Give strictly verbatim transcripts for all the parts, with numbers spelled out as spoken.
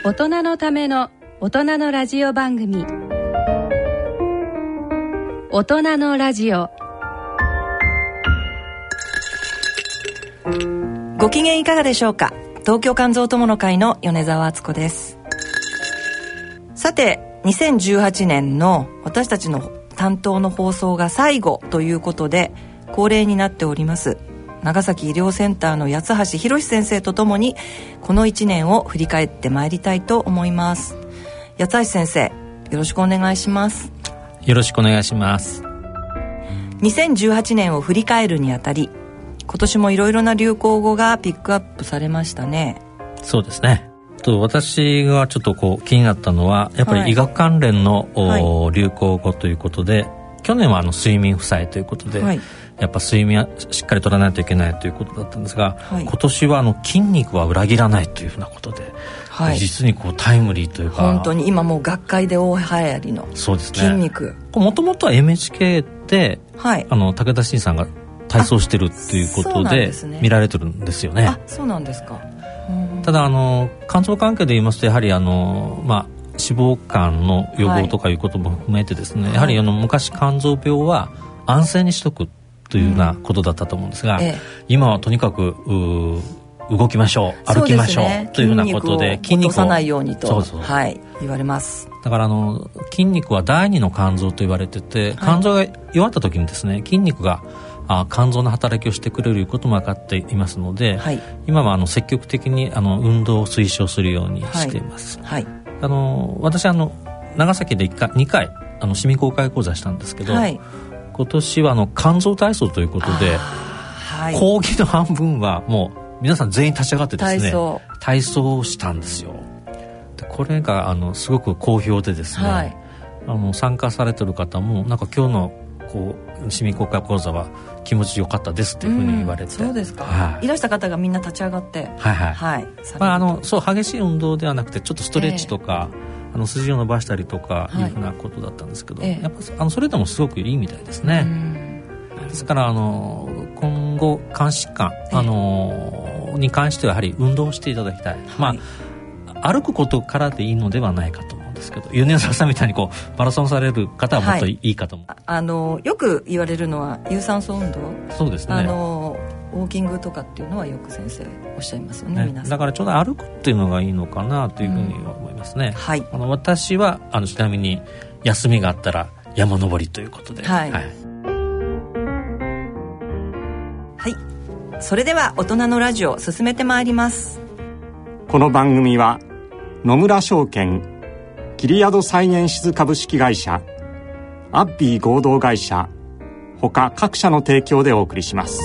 大人のための大人のラジオ番組、大人のラジオ。 ご機嫌いかがでしょうか。東京肝臓友の会の米澤敦子です。さて、にせんじゅうはちねんの私たちの担当の放送が最後ということで恒例になっております長崎医療センターの八橋博先生とともにこのいちねんを振り返ってまいりたいと思います。八橋先生、よろしくお願いします。 よろしくお願いします。 にせんじゅうはちねんを振り返るにあたり、今年もいろいろな流行語がピックアップされましたね。 そうですね。と私がちょっとこう気になったのはやっぱり医学関連の、はい、流行語ということで、去年はあの睡眠負債ということで、はい、やっぱ睡眠はしっかり取らないといけないということだったんですが、はい、今年はあの筋肉は裏切らないというふうなことで、はい、実にこうタイムリーというか、 本当に今もう学会で大流行りの筋肉。 もともとは エヌエイチケー で、はい、あの武田真さんが体操してるっていうことで見られてるんですよね。 あ、そうなんですか。 ただあの肝臓関係で言いますとやはりあの、まあ、脂肪肝の予防とかいうことも含めてですね、はい、やはりあの昔肝臓病は安静にしとくというようなことだったと思うんですが、うんええ、今はとにかく動きましょう、歩きましょう、ね、というふうなことで筋肉を落とさないようにと、そうそう、はい、言われます。 だからあの筋肉は第二の肝臓と言われてて、肝臓が弱った時にですね、筋肉があ肝臓の働きをしてくれることも分かっていますので、はい、今はあの積極的にあの運動を推奨するようにしています、はいはい、あの私あの長崎でいっかいにかいあの市民公開講座したんですけど、はい、今年はあの肝臓体操ということで、はい、講義の半分はもう皆さん全員立ち上がってですね、体操、体操をしたんですよ。でこれがあのすごく好評でですね、はい、あの参加されている方もなんか今日のこう市民公開講座は気持ちよかったですっていうふうに言われて、 うん、そうですか、はい、いらした方がみんな立ち上がってはいはい、はいまあ、あのそう激しい運動ではなくてちょっとストレッチとか、えー、あの筋を伸ばしたりとかいうふうなことだったんですけど、はい、やっぱあのそれでもすごくいいみたいですね、うん、ですからあの今後肝疾患、あのー、に関してはやはり運動をしていただきたい、はい、まあ、歩くことからでいいのではないかと思ですけど、米沢さんみたいにこうマラソンされる方はもっといいかと思う、はい、 あのよく言われるのは有酸素運動、 そうですね、 あのウォーキングとかっていうのはよく先生おっしゃいますよね、ね、皆さん。 だからちょうど歩くっていうのがいいのかなというふうに思いますね、うん、はい、あの私はあのちなみに休みがあったら山登りということで、はい、はいはい、それでは大人のラジオ進めてまいります。 この番組は野村証券、キリヤドサイエンシズ株式会社、アッビー合同会社他各社の提供でお送りします。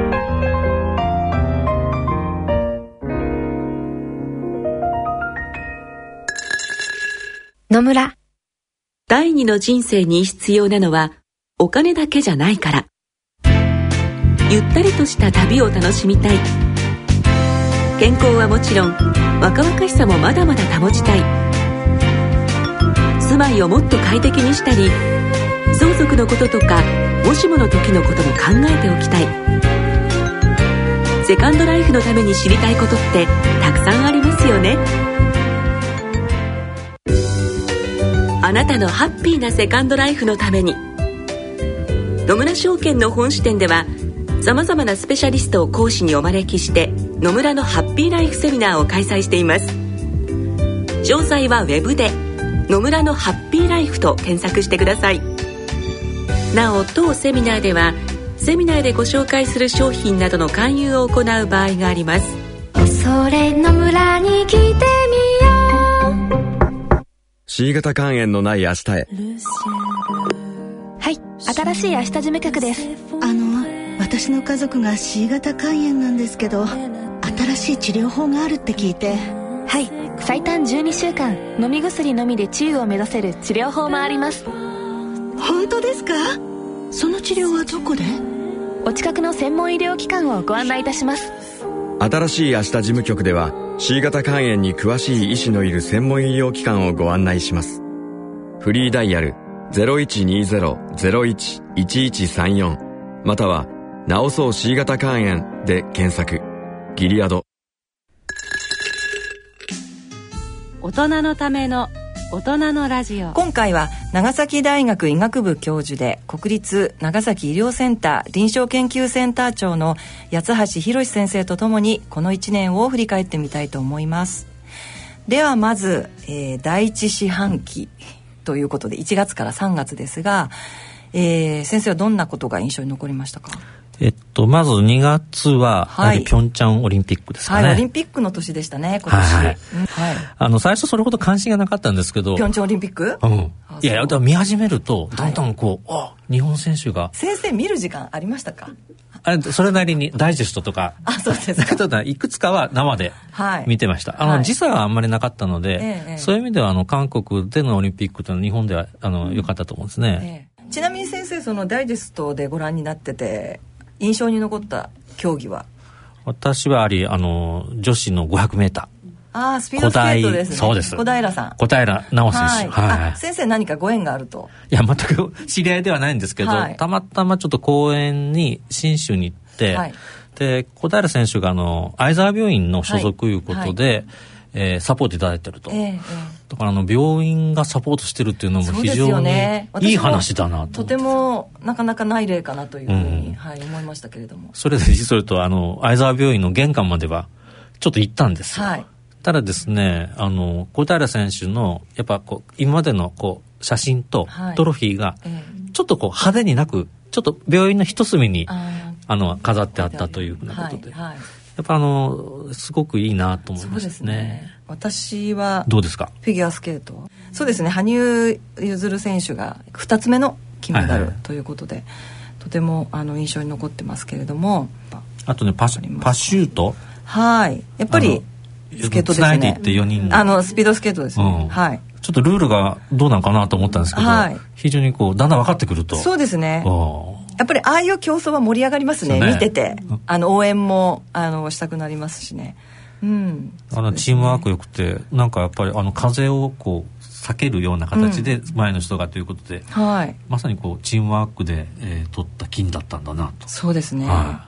野村、第二の人生に必要なのはお金だけじゃないから。ゆったりとした旅を楽しみたい。健康はもちろん若々しさもまだまだ保ちたい。住まいをもっと快適にしたり、相続のこととかもしもの時のことも考えておきたい。セカンドライフのために知りたいことってたくさんありますよね。あなたのハッピーなセカンドライフのために、野村証券の本支店ではさまざまなスペシャリストを講師にお招きして野村のハッピーライフセミナーを開催しています。詳細はウェブで野村のハッピーライフと検索してください。なお当セミナーではセミナーでご紹介する商品などの勧誘を行う場合があります。 それの村に来てみよう。 C 型肝炎のない明日へ。 はい、新しい明日事務局です。 あの私の家族が C 型肝炎なんですけど、新しい治療法があるって聞いて。 はい、最短じゅうにしゅうかん飲み薬のみで治癒を目指せる治療法もあります。 本当ですか？その治療はどこで？ お近くの専門医療機関をご案内いたします。 新しい明日事務局では C 型肝炎に詳しい医師のいる専門医療機関をご案内します。フリーダイヤル ゼロいちにゼロ ゼロいち いちいちさんよん または治そう C 型肝炎で検索。ギリアド。 大人のための大人のラジオ。 今回は長崎大学医学部教授で国立長崎医療センター臨床研究センター長の八橋博先生とともにこのいちねんを振り返ってみたいと思います。ではまず、えー、第一四半期ということでいちがつからさんがつですが、えー、先生はどんなことが印象に残りましたか？ えっと、まずにがつは、はい、ピョンチャンオリンピックですかね。 はい、オリンピックの年でしたね、今年。はいはいうんはい、 あの、最初それほど関心がなかったんですけど。 ピョンチャンオリンピック？ うん。いやいや、だから見始めると、どんどんこう、はい、あ、日本選手が。 先生見る時間ありましたか？ あれ、それなりにダイジェストとか。 あ、そうですか。 ただ、いくつかは生で見てました。はい、あの、時差があんまりなかったので、ええ、そういう意味では、あの、韓国でのオリンピックというのは日本では、あの、良かったと思うんですね。 ええ、ちなみに先生、そのダイジェストでご覧になってて、印象に残った競技は？ 私はありあの女子のごひゃくメーター、ああスピードスケートですね。 そうです。 小平さん、 小平奈緒選手、 はいはい、あ先生何かご縁があると？ いや全く知り合いではないんですけど、はい、たまたまちょっと公園に信州に行って、はい、で小平選手があの相沢病院の所属いうことで、はいはいえー、サポートいただいてると、えーえー、だからあの病院がサポートしてるっていうのも非常にいい話だな と, とてもなかなかない例かなというふうに、うんはい、思いましたけれども、 それで実を言うとあの相沢病院の玄関まではちょっと行ったんですよ、はい、ただですねあの小平選手のやっぱこう今までのこう写真とトロフィーがちょっとこう派手になくちょっと病院の一隅にあの飾ってあったというふうなことで、はいはいやっぱあのすごくいいなと思いましたね。そうですね。 私はどうですか？ フィギュアスケート。そうですね。羽生結弦選手がふたつめの金メダルということで、はいはい、とてもあの印象に残ってますけれども。 あとねパシパシュート。 はい。やっぱりスケートですね。 繋いでいってよにんあのスピードスケートですね。うん、はい。 ちょっとルールがどうなのかなと思ったんですけど、はい、非常にこうだんだん分かってくると。 そうですね。やっぱりああいう競争は盛り上がりますね。ね見ててあの応援もあのしたくなりますしね。うん。 あのチームワーク良くてなんかやっぱりあの風をこう避けるような形で前の人がということで、うんはい、まさにこうチームワークで、えー、取った金だったんだなと。 そうですね。はい、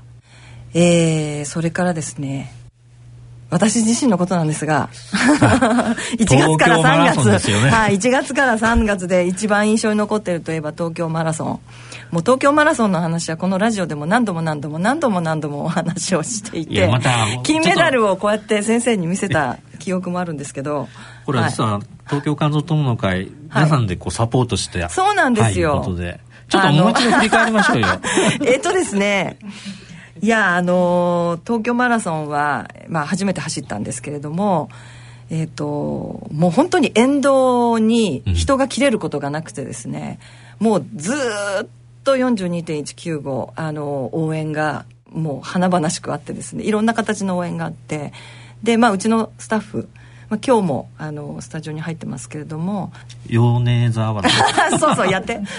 えー、それからですね。私自身のことなんですがいちがつからさんがつ、ねはい、いちがつからさんがつで一番印象に残っているといえば東京マラソン。もう東京マラソンの話はこのラジオでも何度も何度も何度も何度もお話をしていてい、ま、金メダルをこうやって先生に見せた記憶もあるんですけどこれは実は東京肝臓友の会、はい、皆さんでこうサポートして、はい、 そうなんですよ、 はい、ということでちょっともう一度振り返りましょうよえっとですねいやあの東京マラソンは、まあ、初めて走ったんですけれども、えー、ともう本当に沿道に人が切れることがなくてですね、うん、もうずっと よんじゅうにてんいちきゅうご あの応援がもう華々しくあってですねいろんな形の応援があってで、まあ、うちのスタッフまあ、今日もあのスタジオに入ってますけれども米沢そうそうやって頑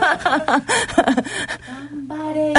張れ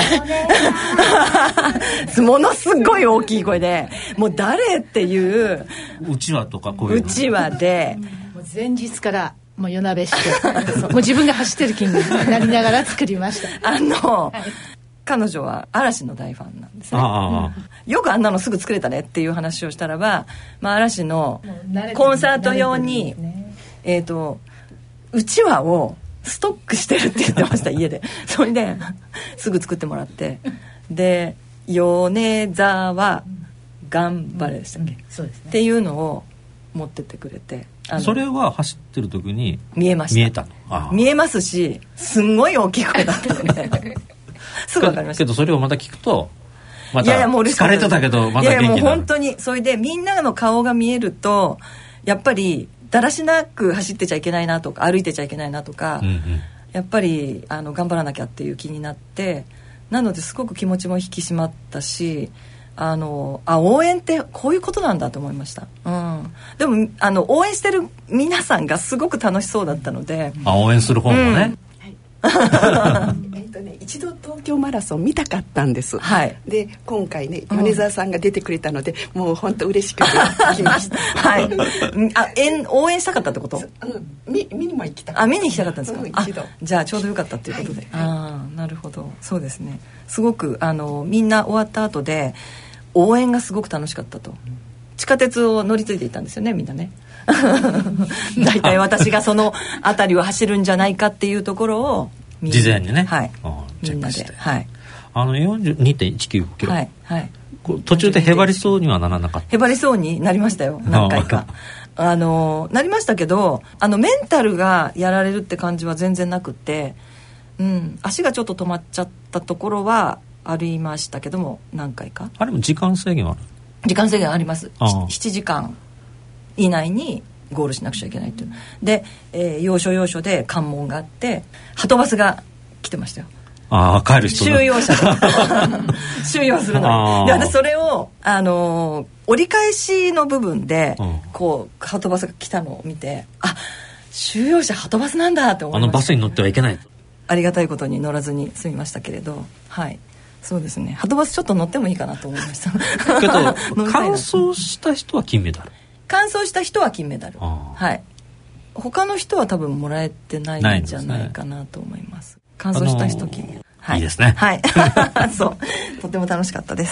米沢ものすごい大きい声でもう誰っていううちわとかこういううちわでもう前日からもう夜なべしてもう自分が走ってる気になりながら作りましたあの、はい彼女は嵐の大ファンなんですね。ああよくあんなのすぐ作れたねっていう話をしたらば、まあ、嵐のコンサート用に、ねえー、とうちわをストックしてるって言ってました家でそれですぐ作ってもらってで米沢頑張れでしたっけ、うんそうですね、っていうのを持ってってくれてそれは走ってる時に見えました。 見えたのああ見えますしすんごい大きい声だったのですぐ分かりましたけどそれをまた聞くとまた疲れてたけどまた元気になる。いやいやもう本当にそれでみんなの顔が見えるとやっぱりだらしなく走ってちゃいけないなとか歩いてちゃいけないなとか、うんうん、やっぱりあの頑張らなきゃっていう気になってなのですごく気持ちも引き締まったしあのあ応援ってこういうことなんだと思いました、うん、でもあの応援してる皆さんがすごく楽しそうだったのであ応援する方もね、 うんはいえっとね、一度東京マラソン見たかったんです、 はい、 で今回ね米沢さんが出てくれたので、うん、もう本当嬉しくて来ましたはいあえん応援したかったってこと、 うん、見, 見にも行きたかったあ見に行きたかったんですか、 うん、一度あじゃあちょうどよかったっていうことで、はい、あなるほどそうですねすごくあのみんな終わった後で応援がすごく楽しかったと力下鉄を乗り継いでいたんですよねみんなね大体私がその辺りを走るんじゃないかっていうところを事前にね、 はい、みんなで、はい、 あの よんじゅうにてんいちきゅうキロ、 はいはい、 途中でへばりそうにはならなかった？ へばりそうになりましたよ何回かあのなりましたけど、あのメンタルがやられるって感じは全然なくって、うん、足がちょっと止まっちゃったところはありましたけども、何回か。 あれも時間制限はある？ 時間制限あります。ああななじかん以内にゴールしなくちゃいけないというで、えー、要所要所で関門があってはとバスが来てましたよ。 ああ、帰る人収容者で収容するのに。で私それを、あのー、折り返しの部分で、うん、こうはとバスが来たのを見て、あ、収容者はとバスなんだって思いました。 あのバスに乗ってはいけないと。 ありがたいことに乗らずに済みましたけれど、はい、そうですね。はとバスちょっと乗ってもいいかなと思いましたけど完走した人は金メダル。 完走した人は金メダル。はい。他の人は多分もらえてないんじゃないかなと思います。完走した人金メダル。はい、 いいですね。 はい。そう。とても楽しかったです。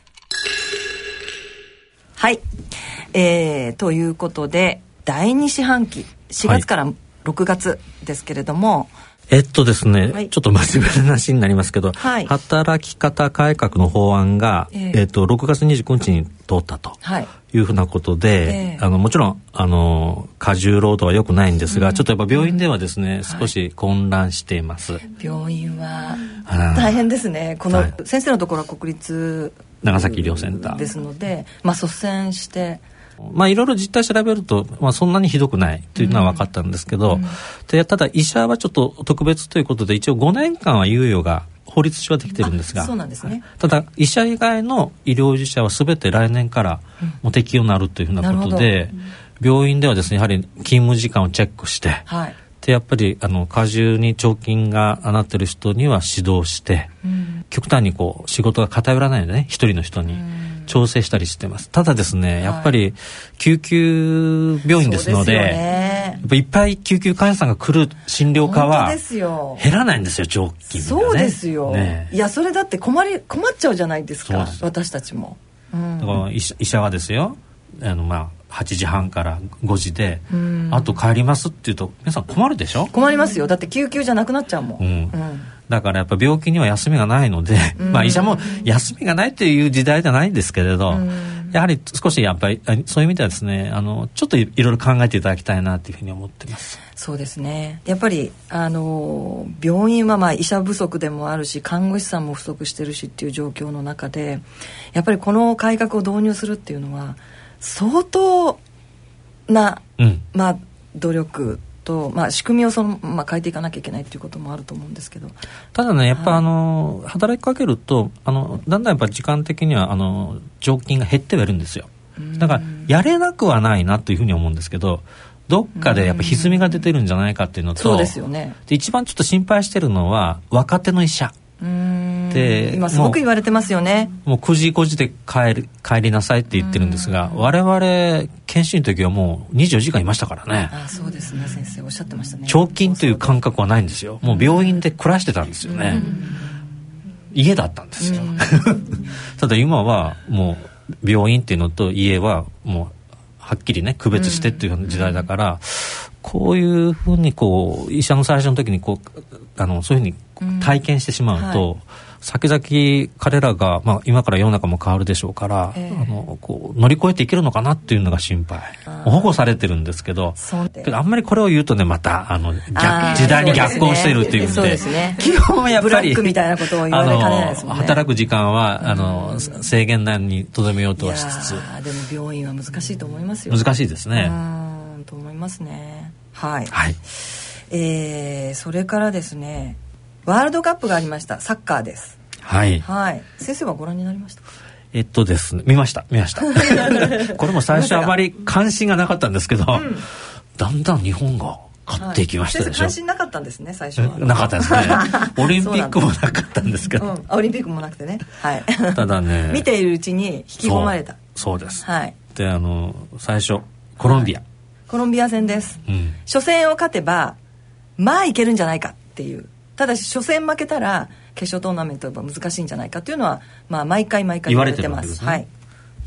はい。えー、ということでだいに四半期しがつからろくがつですけれども。はい、 えっとですね、はい、ちょっと真面目な話になりますけど、はい、働き方改革の法案が、えーえー、とろくがつにじゅうくにちに通ったというふうなことで、えー、あのもちろんあの過重労働は良くないんですが、うん、ちょっとやっぱ病院ではですね、うん、少し混乱しています、はい、 病院は大変ですね。この先生のところは国立長崎医療センターですので、まあ、率先してまあ、いろいろ実態調べると、まあ、そんなにひどくないというのは分かったんですけど、うん、でただ医者はちょっと特別ということで一応ごねんかんは猶予が法律上はできてるんですが、 そうなんですね。 ただ医者以外の医療従事者は全て来年からもう適用になるというふうなことで、うん、病院ではですねやはり勤務時間をチェックして、はい、でやっぱりあの過重に長勤がなってる人には指導して、うん、極端にこう仕事が偏らないのでね一人の人に、うん調整したりしてます。ただですね、はい、やっぱり救急病院ですので、ね、やっぱいっぱい救急患者さんが来る診療科は減らないんですよ、長期、ね、 そうですよ、ね、いやそれだって困り困っちゃうじゃないですか、私たちも、うん、 だから医者、医者はですよ、あのまあはちじはんからごじで、うん、あと帰りますって言うと皆さん困るでしょ。 困りますよ。だって救急じゃなくなっちゃうもん、うんうん、 だからやっぱ病気には休みがないので、うんまあ、医者も休みがないという時代じゃないんですけれど、うん、やはり少しやっぱりそういう意味ではですね、あのちょっといろいろ考えていただきたいなというふうに思っています。 そうですね。やっぱりあの病院はまあ医者不足でもあるし看護師さんも不足してるしっていう状況の中で、やっぱりこの改革を導入するっていうのは相当な、うんまあ、努力と、まあ、仕組みをその、まあ、変えていかなきゃいけないということもあると思うんですけど、 ただねやっぱ、はい、あの働きかけるとあのだんだんやっぱ時間的にはあの常勤が減ってはいるんですよ。だからやれなくはないなというふうに思うんですけど、どっかでやっぱ歪みが出てるんじゃないかっていうのと、 そうですよね。 で一番ちょっと心配してるのは若手の医者で、 今すごく言われてますよね。 もうくじごじで帰り、帰りなさいって言ってるんですが、我々研修の時はもうにじゅうよじかんいましたからね。 ああそうですね、先生おっしゃってましたね。 長勤という感覚はないんですよ。もう病院で暮らしてたんですよね。家だったんですよただ今はもう病院っていうのと家はもうはっきりね区別してっていう時代だから、こういうふうにこう医者の最初の時にこうあのそういうふうに体験してしまうと、うんはい、先々彼らが、まあ、今から世の中も変わるでしょうから、えー、あのこう乗り越えていけるのかなっていうのが心配。保護されてるんですけど、けどあんまりこれを言うとねまたあの逆時代に逆行しているっていうので、ね、基本はやっぱりブラックみたいなことを言われかねないですもんね。働く時間はあの制限内にとどめようとはしつつ、 でも病院は難しいと思いますよ。 難しいですね。 うんと思いますね。はい、 はいえー、それからですねワールドカップがありました。サッカーです。 はい、 はい、先生はご覧になりましたか？ えっとですね見ました見ましたこれも最初あまり関心がなかったんですけど、うん、だんだん日本が勝っていきましたでしょ、はい、 関心なかったんですね最初は。 なかったですねオリンピックもなかったんですけど、うん、 オリンピックもなくてね、はい、 ただね見ているうちに引き込まれた。 そう、そうです、 はい、 であの最初コロンビア、はい、 コロンビア戦です、うん、初戦を勝てばまあいけるんじゃないかっていう。ただし初戦負けたら決勝トーナメントは難しいんじゃないかというのは、まあ、毎回毎回言われてます。 言われてるわけですね。 はい、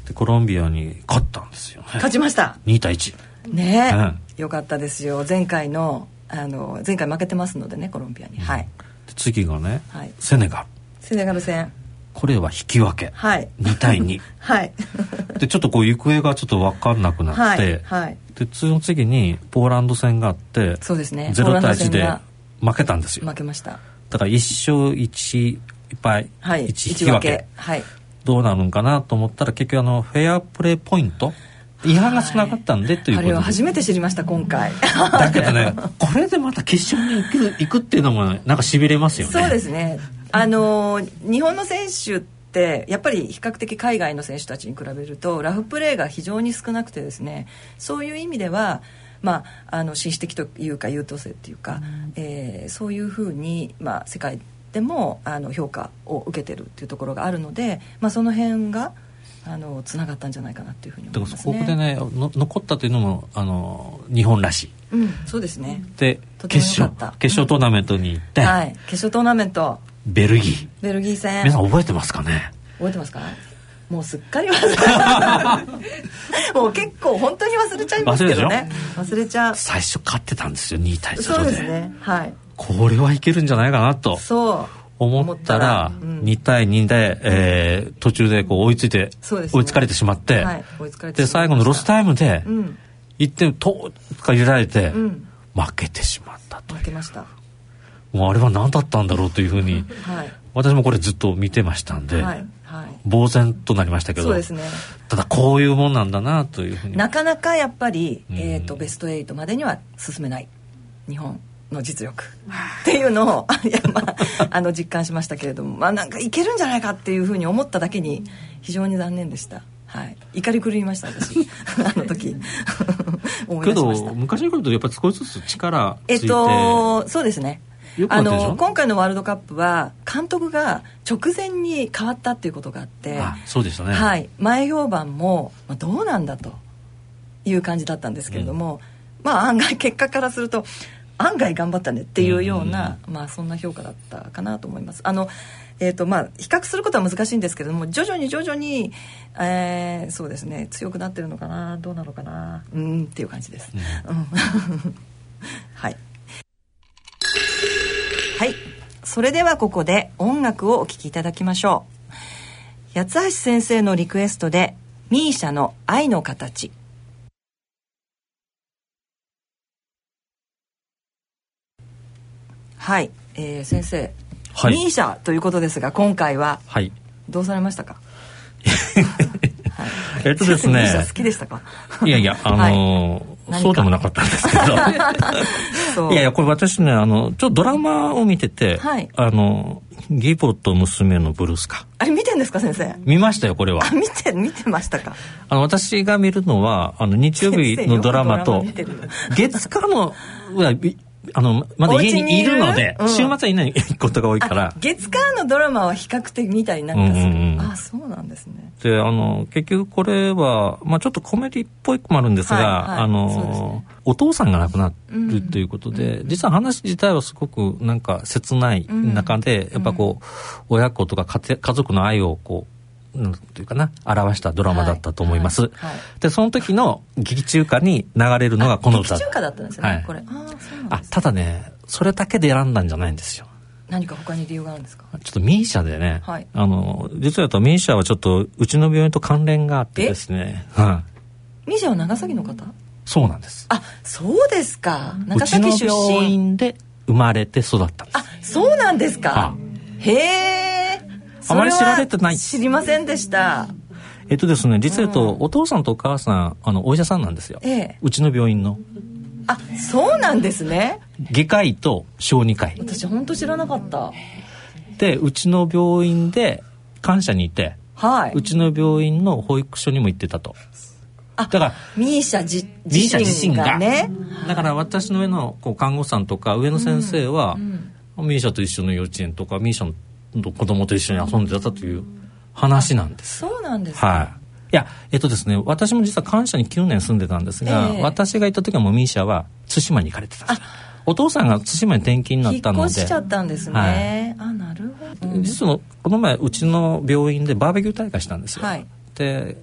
でコロンビアに勝ったんですよね。 勝ちました。 にたいいちねえ、 うん、 よかったですよ。前回のあの前回負けてますのでね、コロンビアに、うん、はい。 で次がね、 はい、 セネガルセネガル戦、 これは引き分け、はい、にたいにはいでちょっとこう行方がちょっと分かんなくなって、はいはい、でその次にポーランド戦があって、 そうですね、 ゼロたいいちで負けたんですよ。 負けました。 だからいっしょういちぱい、はい、いち引き分け、はい、どうなるんかなと思ったら結局あのフェアプレーポイント違反がつながったんで、はい、ということで、あれは初めて知りました今回だけどねこれでまた決勝に行く、行くっていうのもなんかしびれますよね。 そうですね、あの日本の選手ってやっぱり比較的海外の選手たちに比べるとラフプレーが非常に少なくてですね、そういう意味ではまあ、あの紳士的というか優等生っていうか、うん、えー、そういうふうに、まあ、世界でもあの評価を受けてるっていうところがあるので、まあ、その辺があのつながったんじゃないかなというふうに思いますね。 ここでねの残ったというのもあの日本らしい、 うん、そうですね。 で決勝決勝トーナメントに行って、 うん、はい、決勝トーナメントベルギーベルギー戦、 皆さん覚えてますかね。 覚えてますか。もうすっかり忘れもう結構本当に忘れちゃいますけどね。忘れちゃう。 最初勝ってたんですよにたいゼロで。 そうですね、はい、 これはいけるんじゃないかなとそう思ったら、うん、にたいにで、えー、途中でこう追いついて、ね、追いつかれてしまって、はい、追いつかれてしまいました。で最後のロスタイムでいってんとか入れられて、うん、負けてしまったという。 負けました。 もうあれは何だったんだろうというふうに、はい、私もこれずっと見てましたんで、はいはい、呆然となりましたけど、 そうですね、 ただこういうもんなんだなというふうに。 なかなかやっぱり、うん、えーと、ベストはちまでには進めない日本の実力っていうのをいや、まあ、あの実感しましたけれども、まあ、なんかいけるんじゃないかっていうふうに思っただけに非常に残念でした。はい、怒り狂いました私あの時思い出しました。 けど昔に比べるとやっぱり少しずつ力ついて、 えっとそうですね、あの今回のワールドカップは監督が直前に変わったっていうことがあって、 あ、そうでしたね、 はい、前評判も、まあ、どうなんだという感じだったんですけれども、うん、まあ案外結果からすると案外頑張ったねっていうような、うん、まあそんな評価だったかなと思います。あのえーとまあ、比較することは難しいんですけれども、徐々に徐々に、えー、そうですね、強くなってるのかな、どうなのかな、うーんっていう感じです、うん、はいはい、それではここで音楽をお聴きいただきましょう。八橋先生のリクエストでミーシャの愛の形。はい、えー、先生、はい、ミーシャということですが今回はどうされましたか。 はい、えっとですね、 ミーシャ好きでしたか。 いやいや、あのーはい、そうでもなかったんですけどいやいや、これ私ね、あのちょっとドラマを見てて、はい、あの義母と娘のブルースか、 あれ見てんですか先生。 見ましたよこれは。 あ、見て見てましたか。 あの私が見るのはあの日曜日のドラマと月火のあのまだ家にいるので、うん、週末はいないことが多いから。 月火のドラマは比較的見たりなんかする、うんうん、あ、そうなんですね。 で、あの結局これは、まあ、ちょっとコメディっぽいもあるんですが、はいはい、あの、ね、お父さんが亡くなるということで、うん、実は話自体はすごくなんか切ない中で、うん、やっぱこう親子とか 家, 家族の愛をこうなんていうかな、表したドラマだったと思います、はいはいはい、でその時の劇中歌に流れるのがこの歌。 劇中歌だったんですよね、はい、これ。あ、そうなんですね。 あ、ただね、それだけで選んだんじゃないんですよ。 何か他に理由があるんですか。 ちょっとミーシャでね、はい、あの実は言うとミーシャはちょっとうちの病院と関連があってですね、はい、 ミーシャは長崎の方。 そうなんです。 あ、そうですか。長崎出身。 うちの病院で生まれて育ったんです。 あ、そうなんですか、はあ、へえ。 あまり知られてない。 知りませんでした。 えっとですね、実は言うと、うん、お父さんとお母さん、あのお医者さんなんですよ、ええ、うちの病院の。 あ、そうなんですね。 外科医と小児科医。 私本当知らなかった。 で、うちの病院で感謝にいて、はい、うちの病院の保育所にも行ってたと。 あ、だからミーシャ自身がね。 だから私の上のこう看護師さんとか上の先生は、うんうん、ミーシャと一緒の幼稚園とかミーシャの子供と一緒に遊んでたという話なんです。 そうなんですか。 はい。いや、えっとですね、私も実は関社にきゅうねん住んでたんですが、えー、私が行った時はもうミーシャは対馬に行かれてたんです。お父さんが対馬に転勤になったので。 引っ越しちゃったんですね。はい、あ、なるほど。 実はこの前うちの病院でバーベキュー大会したんですよ。はい、で、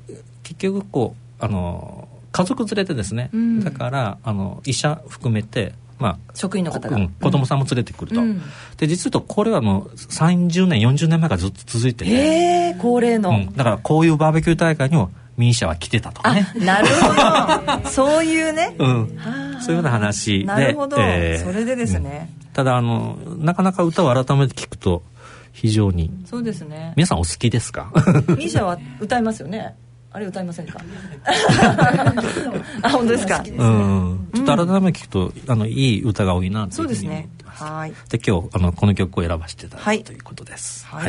結局こうあの家族連れてですね、うん、だからあの医者含めて、まあ、 職員の方が、 うん、子供さんも連れてくると、うん、で実は言うとこれはもうさんじゅうねんよんじゅうねんまえからずっと続いてて、 へー恒例の、うん、 だからこういうバーベキュー大会にもミニシャは来てたとかね。 なるほどそういうね、 うん、そういうような話で、 なるほど、えー、それでですね、 うん、ただあのなかなか歌を改めて聞くと非常に、 そうですね、 皆さんお好きですか？ ミニシャは歌いますよね。あれ歌いませんか？あ、本当ですか？ うん、ちょっと改めて聞くと、うん、あのいい歌が多いなというふうに思ってます。 はい。 で今日あのこの曲を選ばせていただいた、はい、ということです。はい。はい、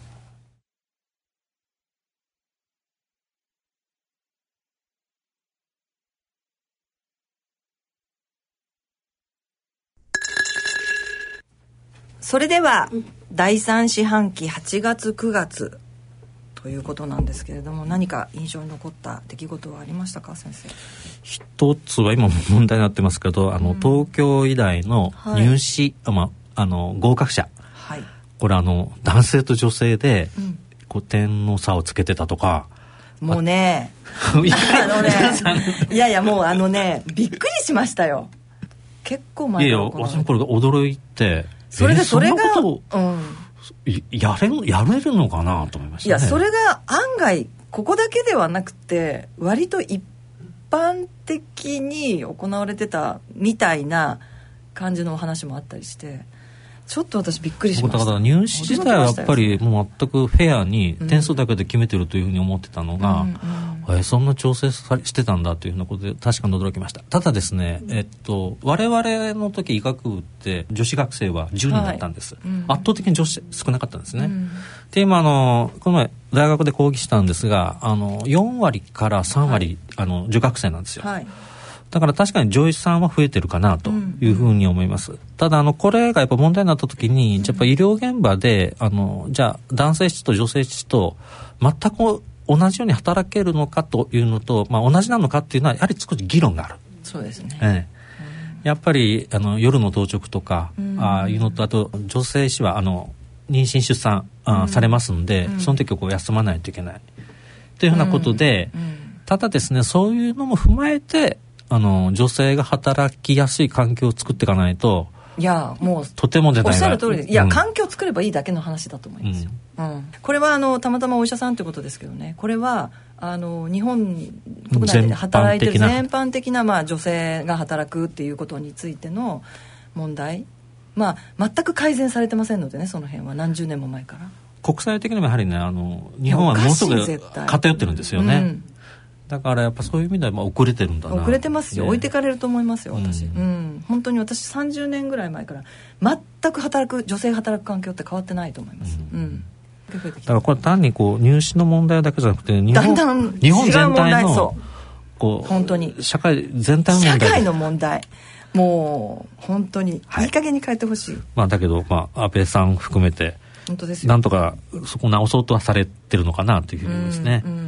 それでは、うん、だいさん四半期はちがつくがつということなんですけれども、何か印象に残った出来事はありましたか、先生？ 一つは今問題になってますけど、あの、うん、東京医大の入試、はい、まあ、あの合格者、はい、これあの男性と女性で、うん、こう点の差をつけてたとか、 もうねあのねいやいやもうあのねびっくりしましたよ。結構前から行われて、いやいや私もこれ驚いて、 それでそれが、 えー、そんなこと、うん、やれやれるのかなと思いましたね。 いやそれが案外ここだけではなくて割と一般的に行われてたみたいな感じのお話もあったりして、ちょっと私びっくりしました。 だから入試自体はやっぱりもう全くフェアに点数だけで決めてるというふうに思ってたのが、うんうんうん、えそんな調整してたんだというふうなことで確かに驚きました。ただですね、えっと、我々の時医学部って女子学生はじゅうにんだったんです、はい、うん、圧倒的に女子少なかったんですね、うん、で今あのこの前大学で講義したんですが、あのよんわりからさんわり、はい、あの女学生なんですよ、はい、だから確かに女医さんは増えてるかなというふうに思います、うん、ただあのこれがやっぱ問題になった時に、やっぱ医療現場であのじゃあ男性質と女性質と全く同じように働けるのかというのと、まあ、同じなのかっていうのはやはり少し議論がある。 そうですね、 ええ、やっぱりあの夜の当直とか、うん、あいうのと、あと女性医師はあの妊娠出産あ、うん、されますんで、うん、その時はこう休まないといけないというふうなことで、うんうん、ただですねそういうのも踏まえてあの女性が働きやすい環境を作っていかないと、 いやもうとてもじゃないおっしゃる通りです。いや、うん、環境を作ればいいだけの話だと思いますよ、うんうん、これはあのたまたまお医者さんということですけどね、これはあの日本国内で働いてる全般的な、まあ、女性が働くっていうことについての問題、まあ、全く改善されてませんのでね、その辺は何十年も前から。 国際的にもやはりね、あの日本はものすごく偏ってるんですよね、うん、だからやっぱそういう意味ではまあ遅れてるんだな。 遅れてますよ、ね、置いてかれると思いますよ私、うんうん、本当に私さんじゅうねんぐらい前から全く働く女性が働く環境って変わってないと思います、うんうん、 だからこれ単にこう入試の問題だけじゃなくて日本、 だんだん日本全体のこう本当に社会全体の問題、 社会の問題、もう本当にいい加減に変えてほしい、はい、 まあ、だけど、まあ、安倍さん含めて本当ですよ、 なんとかそこを直そうとはされてるのかなというふうに思いますね、 うんうんうん、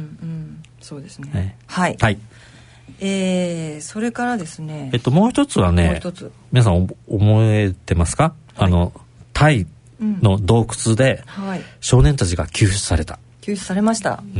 そうですね、はい、はい、えー、それからですね、 えっと、もう一つはね、 もう一つ皆さん覚えてますか、はい、あのタイの洞窟で少年たちが救出された、 救出されました、 うん、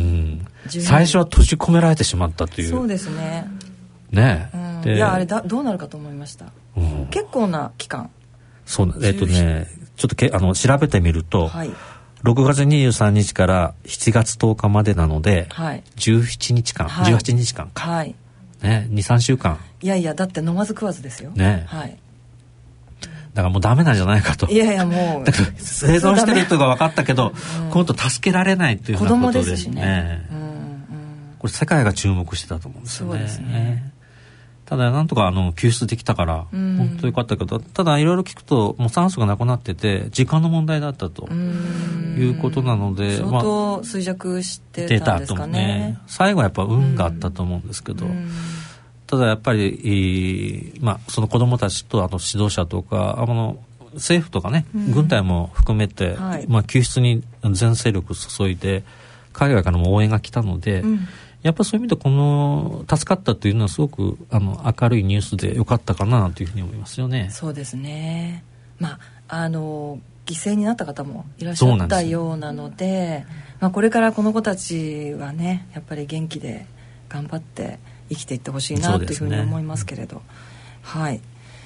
最初は閉じ込められてしまったという。 そうですね、 ねえ、うん、いやあれだどうなるかと思いました、うん、結構な期間。 そうえっとねちょっとけあの調べてみると、はい、ろくがつにじゅうさんにちからしちがつとおかまでなので、はい、じゅうななにちかん、はい、じゅうはちにちかんか、はい、ね、にさんしゅうかん。いやいやだって飲まず食わずですよね、はい、だからもうダメなんじゃないかと。 いやいやもう生存してる人が分かったけど、うん、今度助けられないっていうふうなことで、 子供ですしね、うんうん、 これ世界が注目してたと思うんですよね。 そうですね。 ただなんとかあの救出できたから、うん、本当によかったけど、ただいろいろ聞くともう酸素がなくなってて時間の問題だったということなので、 相当衰弱してたんですかね。ね、 最後はやっぱ運があったと思うんですけど、ただやっぱり、まあ、その子どもたちとあと指導者とかあの政府とかね、うん、軍隊も含めて、はい、まあ、救出に全勢力注いで海外からも応援が来たので、うん、やっぱそういう意味でこの助かったというのはすごくあの明るいニュースでよかったかなというふうに思いますよね。 そうですね、まあ、あの犠牲になった方もいらっしゃったようなの で, で、まあ、これからこの子たちはねやっぱり元気で頑張って生きていってほしいなというふうに思いますけれど、ね、はい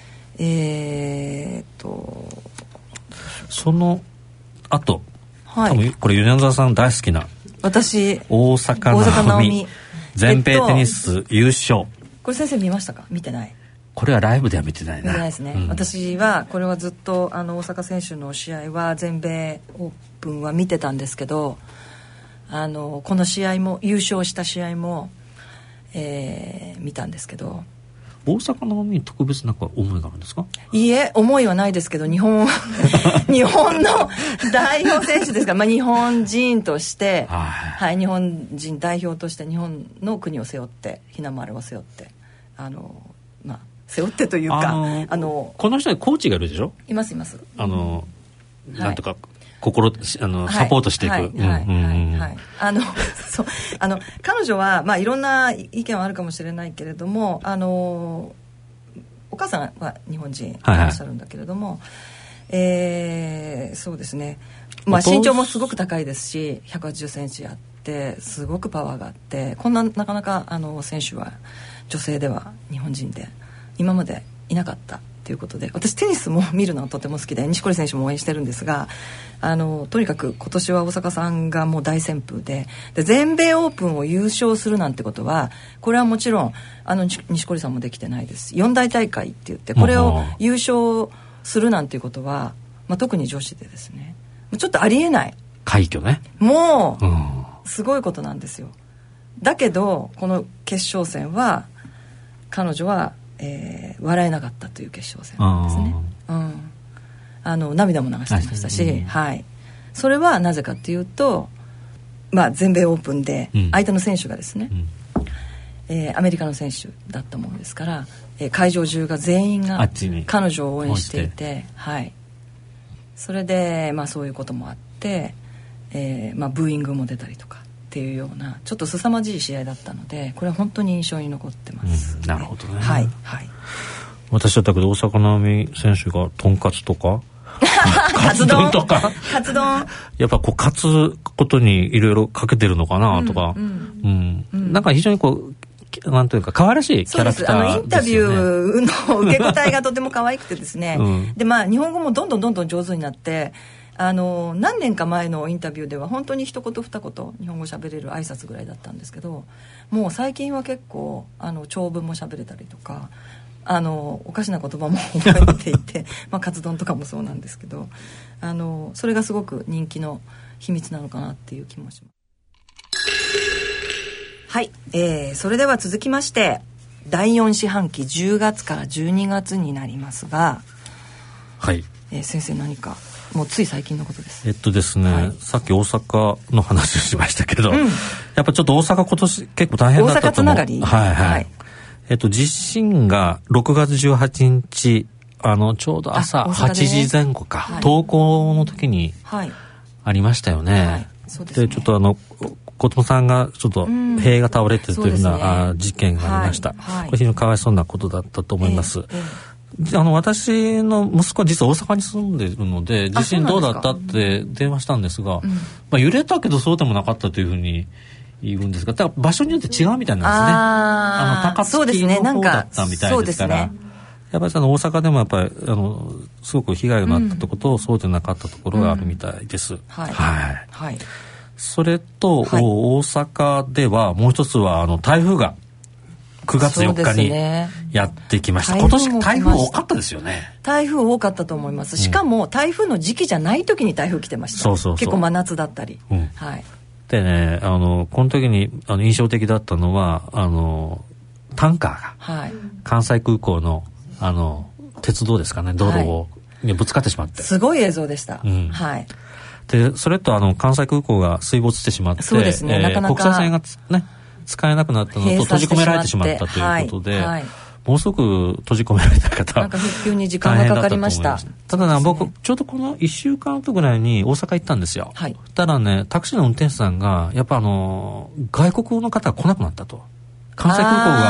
えー、っとそのあと、 はい、 多分これ米沢さん大好きな私大坂なおみ全米テニス優勝、えっと、 これ先生見ましたか？見てない。 これはライブでは見てないな。 見てないですね、うん、私はこれはずっとあの大坂選手の試合は全米オープンは見てたんですけど、あのこの試合も優勝した試合も、えー、見たんですけど、 大坂なおみに特別な思いがあるんですか？ いいえ、思いはないですけど、日本日本の代表選手ですから、まあ、日本人として、はいはい、日本人代表として日本の国を背負って日の丸を背負ってあの、まあ、背負ってというか、あのあのこの人にコーチがいるでしょ？いますいます。 あの、うん、なんとか心あのサポートしていく。 あのそうあの彼女は、まあ、いろんな意見はあるかもしれないけれども、あのお母さんは日本人いらっしゃるんだけれども、はいはい、えー、そうですね、まあ、身長もすごく高いですしひゃくはちじゅっセンチあってすごくパワーがあって、こんななかなかあの選手は女性では日本人で今までいなかったということで、私テニスも見るのはとても好きで錦織選手も応援してるんですが、あのとにかく今年は大坂さんがもう大旋風 で, で全米オープンを優勝するなんてことは、これはもちろんあの錦織さんもできてないです。四大大会って言ってこれを優勝するなんていうことは、まあ、特に女子でですねちょっとありえない快挙ね。 もうすごいことなんですよ。だけどこの決勝戦は彼女はえー、笑えなかったという決勝戦なんですね、うん、あの涙も流してましたし、うんはい、それはなぜかというと、まあ、全米オープンで相手の選手がですね、うんえー、アメリカの選手だったものですから、えー、会場中が全員が彼女を応援していて、はい、それで、まあ、そういうこともあって、えーまあ、ブーイングも出たりとかっていうようなちょっと凄まじい試合だったので、これは本当に印象に残ってます、ねうん、なるほどね。 はい、はい、 私だったけど大坂なおみ選手がとんかつとかカツ丼とかカツ丼やっぱこう勝つことにいろいろかけてるのかなとか、うんうんうん、なんか非常にこうなんというか可愛らしいキャラクターですよね。 そうです。あのインタビューの受け答えがとても可愛くてですね、うん、でまあ日本語もどんどんどんどん上手になって、あの何年か前のインタビューでは本当に一言二言日本語喋れる挨拶ぐらいだったんですけど、もう最近は結構あの長文も喋れたりとか、あのおかしな言葉も覚えていてまあカツ丼とかもそうなんですけど、あのそれがすごく人気の秘密なのかなっていう気もします。はい、えー、それでは続きましてだいよん四半期じゅうがつからじゅうにがつになりますが、 はい、 えー、先生何かもうつい最近のことです。 えっとですね、はい、さっき大阪の話をしましたけど、うん、やっぱちょっと大阪今年結構大変だったと思う。 大阪つながり、 はいはい、はい、えっと地震がろくがつじゅうはちにちあのちょうど朝はちじぜん後か、はい、登校の時にありましたよね、はいはい、そうですね。でちょっとあの子供さんがちょっと塀が倒れてるというふうな、うん、あ事件がありました、はいはい、これ非常にかわいそうなことだったと思います、えーえー、あの私の息子は実は大阪に住んでいるので地震どうだったって電話したんですが、うんまあ、揺れたけどそうでもなかったというふうに言うんですが、だから場所によって違うみたいなんですね。ああの高槻の方だったみたいですから、やっぱりその大阪でもやっぱりあのすごく被害がなったところと、うん、そうでなかったところがあるみたいです、うん、はい、はいはい、それと、はい、大阪ではもう一つはあの台風がくがつよっかにやってきました、ね、今年台風多かったですよね。 台風多かったと思います。しかも台風の時期じゃない時に台風来てました、うん、そうそうそう、結構真夏だったり、うん、はい。 でね、あのこの時にあの印象的だったのはあのタンカーが、はい、関西空港のあの鉄道ですかね、道路を、はい、にぶつかってしまって、 すごい映像でした、うん、はい。 でそれとあの関西空港が水没してしまって、 そうですね、えー、なかなか国際線がね使えなくなったのと閉じ込められてしまったということで、はいはい、ものすごく閉じ込められた方なんか復旧に時間がかかりました。 ただね、ね、僕ちょうどこのいっしゅうかんごぐらいに大阪行ったんですよ、はい、ただねタクシーの運転手さんがやっぱあの外国の方が来なくなったと、関西空港が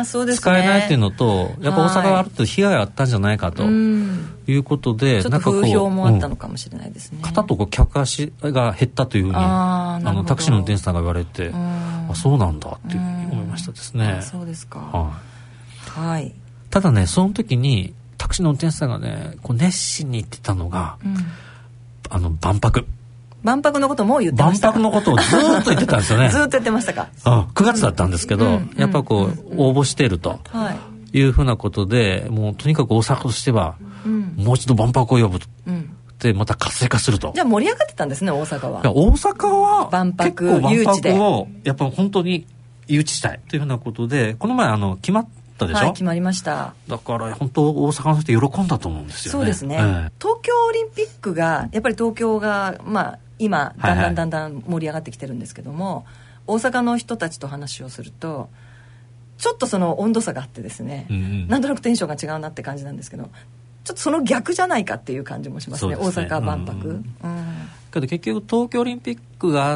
あそうですね、 使えないっていうのとやっぱ大阪はある程度被害があったんじゃないかということで、 ちょっと風評もあったのかもしれないですね。 肩とこう客足が減ったというふうにああのタクシーの運転手さんが言われて、あそうなんだっていうふうに思いましたですね。 あそうですか、 はいはい、 ただねその時にタクシーの運転手さんがねこう熱心に言ってたのが、うん、あの万博万博のことも言ってましたか。 万博のことをずーっと言ってたんですよね。 ずーっと言ってましたか。 あくがつだったんですけど、うん、やっぱこう、うん、応募していると、い、いうふうなことでもうとにかく大阪としては、うん、もう一度万博を呼ぶと、うん、でまた活性化すると。 じゃあ盛り上がってたんですね大阪は。 いや大阪は万博結構誘致で万博をやっぱ本当に誘致したいというふうなことでこの前あの決まったでしょ、はい、 決まりました。 だから本当大阪の人喜んだと思うんですよね。 そうですね、えー、東京オリンピックがやっぱり東京がまあ今だんだんだんだん盛り上がってきてるんですけども、はいはい、大阪の人たちと話をするとちょっとその温度差があってですね、うんうん、なんとなくテンションが違うなって感じなんですけど、ちょっとその逆じゃないかっていう感じもしますね、大阪万博、うんうん、 けど結局東京オリンピックがあって、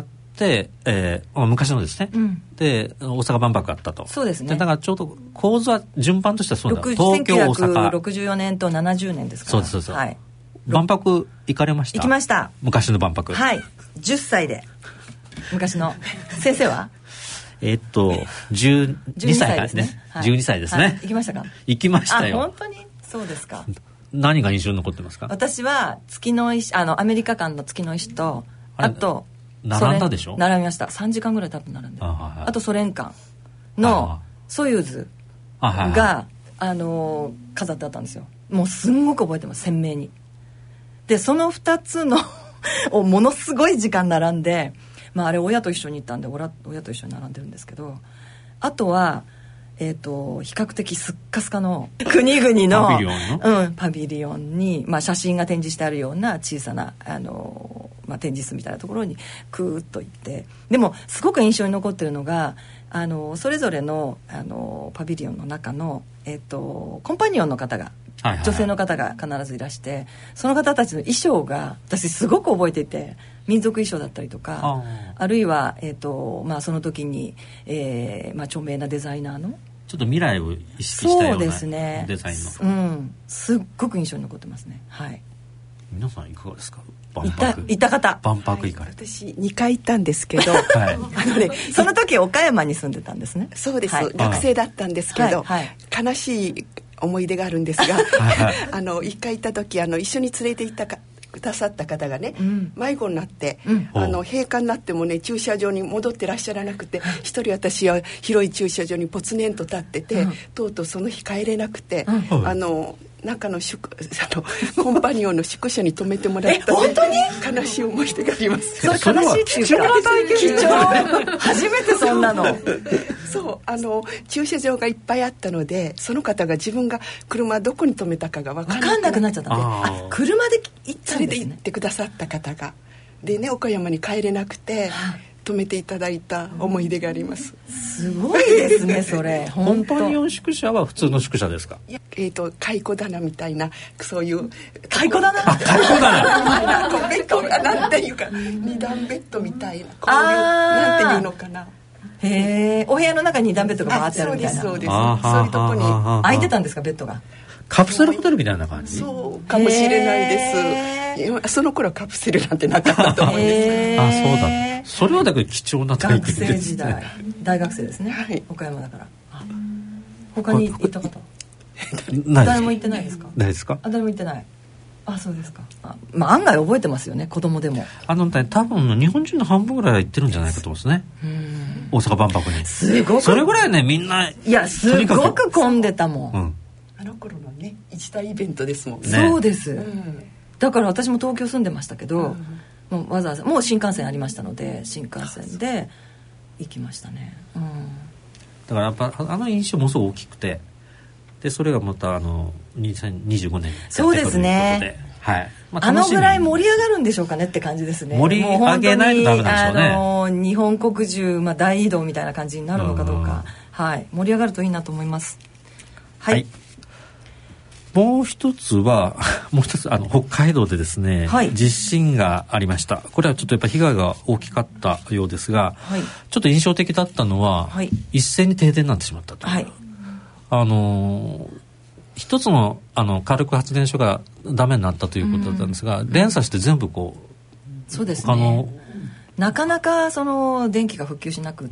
えー、昔のですね、うん、で大阪万博があったと。 そうですね。 でだからちょうど構図は順番としてはそうだ。東京大阪せんきゅうひゃくろくじゅうよねんとななじゅうねんですから。 そうですそうです、はい、万博行かれました？ 行きました。 昔の万博。 はいじゅっさいで昔の先生はえっとじゅうにさいですね、はい、じゅうにさいですね、はい、 行きましたか？ 行きましたよ。 あ本当にそうですか。 何が印象に残ってますか？ 私は月の石あのアメリカ館の月の石と あ, あと並んだでしょ？ 並びました。さんじかんぐらい多分並んで あ,、はいはい、あとソ連館のソユーズが あ,、はいはい、あの飾ってあったんですよ。もうすんごく覚えてます鮮明に。でそのふたつのをものすごい時間並んで、まあ、あれ親と一緒に行ったんで親と一緒に並んでるんですけど、あとは、えー、と比較的スッカスカの国々のパビリオンの、うん、パビリオンに、まあ、写真が展示してあるような小さなあの、まあ、展示室みたいなところにクーッと行って、でもすごく印象に残ってるのがあのそれぞれ の, あのパビリオンの中の、えー、とコンパニオンの方がはいはいはい、女性の方が必ずいらして、その方たちの衣装が私すごく覚えていて、民族衣装だったりとか あ, あるいは、えーとまあ、その時に、えーまあ、著名なデザイナーのちょっと未来を意識したようなデザインの、 そうですね、うん、すっごく印象に残ってますね。はい。 皆さんいかがですか？ 万博行った方万博行かれて、 はい、私にかい行ったんですけど、はい、 あのね、その時岡山に住んでたんですね。 そうです、はい、学生だったんですけど、はいはい、悲しい思い出があるんですがあの一回行った時あの一緒に連れて行ったかくださった方がね、うん、迷子になって、うん、あの閉館になってもね駐車場に戻ってらっしゃらなくて、一人私は広い駐車場にポツネンと立ってて、うん、とうとうその日帰れなくて、うん、あの中の宿あのコンパニオンの宿舎に泊めてもらった本当に悲しい思い出があります。 それ悲しいっていうか貴重初めてそんなのそうあの駐車場がいっぱいあったので、その方が自分が車どこに止めたかが分からなくなっちゃったんで、あ車で行ったんですね。 連れて行ってくださった方がでね、岡山に帰れなくて、はい、止めていただいた思い出があります。 すごいですねそれコンパニオン宿舎は普通の宿舎ですか？ いや、えーと蚕棚みたいなそういう蚕棚蚕棚こうベッドがなんていうか二段ベッドみたいな、こういうなんていうのかな、 へえ、お部屋の中に二段ベッドが回ってあるみたいな。 そうですそうです、そういうとこに空いてたんですかベッドが？ カプセルホテルみたいな感じ？ そうかもしれないです。その頃はカプセルなんてなかったと思うんです。 あ、そうだ。それはだけど貴重な体験ですね。 学生時代、大学生ですね、はい、岡山だから。他に行った方誰も行ってないですか？ 誰ですか？ あ、誰も行ってない。あ、そうですか。あ、まあ、案外覚えてますよね、子供でも。 あのね、多分日本人の半分ぐらいは行ってるんじゃないかと思うんですね。うん大阪万博に。 すごくそれぐらいね、みんな。 いや、すごく混んでたもん、うん、 あの頃のね一大イベントですもんね。 そうです、うん、だから私も東京住んでましたけど、うん、もうわざわざもう新幹線ありましたので新幹線で行きましたね、うん、 だからやっぱあの印象もすごい大きくて、でそれがまたあのにせんにじゅうごねんやってくるということで、ね、はい、まあ、 あのぐらい盛り上がるんでしょうかねって感じですね。 盛り上げないとダメなんでしょうね。 あの日本国中、まあ、大移動みたいな感じになるのかどうか、はい、盛り上がるといいなと思います。はい、はい、 もう一つはもう一つあの北海道でですね、はい、地震がありました。これはちょっとやっぱ被害が大きかったようですが、はい、ちょっと印象的だったのは、はい、一斉に停電になってしまったという、はい、 あの一つのあの火力発電所がダメになったということだったんですが、うん、連鎖して全部こう、 そうですね、あのなかなかその電気が復旧しなくって、